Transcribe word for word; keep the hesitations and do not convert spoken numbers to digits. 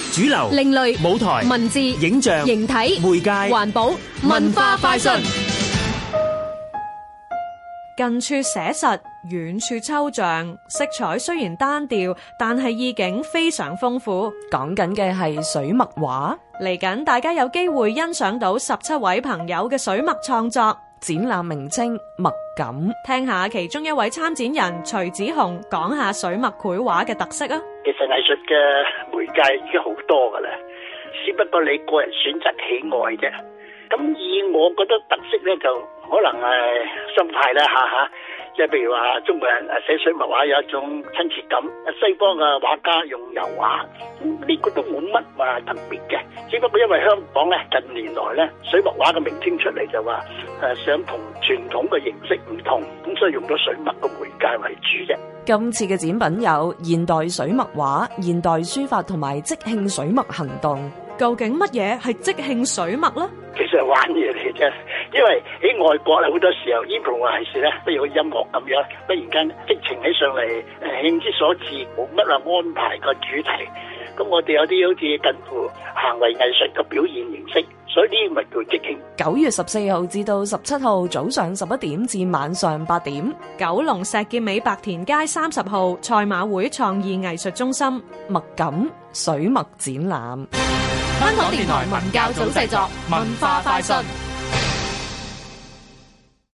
主流、 另類、 舞台、 文字、 影像、 形體、 媒介、 環保、文化快訊。 近處寫實，遠處抽象，色彩雖然單調，但係意境非常豐富。 講緊嘅係水墨畫。 嚟緊大家有機會欣賞到十七位朋友嘅水墨創作。 展覽名稱墨感， 聽下其中一位參展人徐子雄講下水墨繪畫嘅特色啊。 其實藝術嘅媒介已經好多噶啦，只不過你個人選擇喜愛啫。咁以我覺得特色咧，就可能係心態啦吓吓，即係譬如話中國人誒寫水墨畫有一種親切感，西方嘅畫家用油畫，咁呢個都冇乜話特別嘅，只不過因為香港咧近年來咧水墨畫嘅名稱出嚟就話誒想同傳統嘅形式唔同，咁所以用咗水墨嘅媒介為主啫。 今次嘅展品有現代水墨畫、現代書法同埋即興水墨行動。 究竟乜嘢係即興水墨呢？ 其實係玩嘢嚟啫，因為喺外國咧好多時候 improvise 咧，不如個音樂咁樣，忽然間激情起上嚟，誒興之所至，冇乜話安排個主題。咁我哋有啲好似近乎行為藝術嘅表現形式，所以呢啲咪叫即興。 九月十四號至到十七號早上十一點至晚上八點， 九龍石硤尾白田街三十號賽馬會創意藝術中心墨感水墨展覽。 香港電台文教組製作，文化快訊。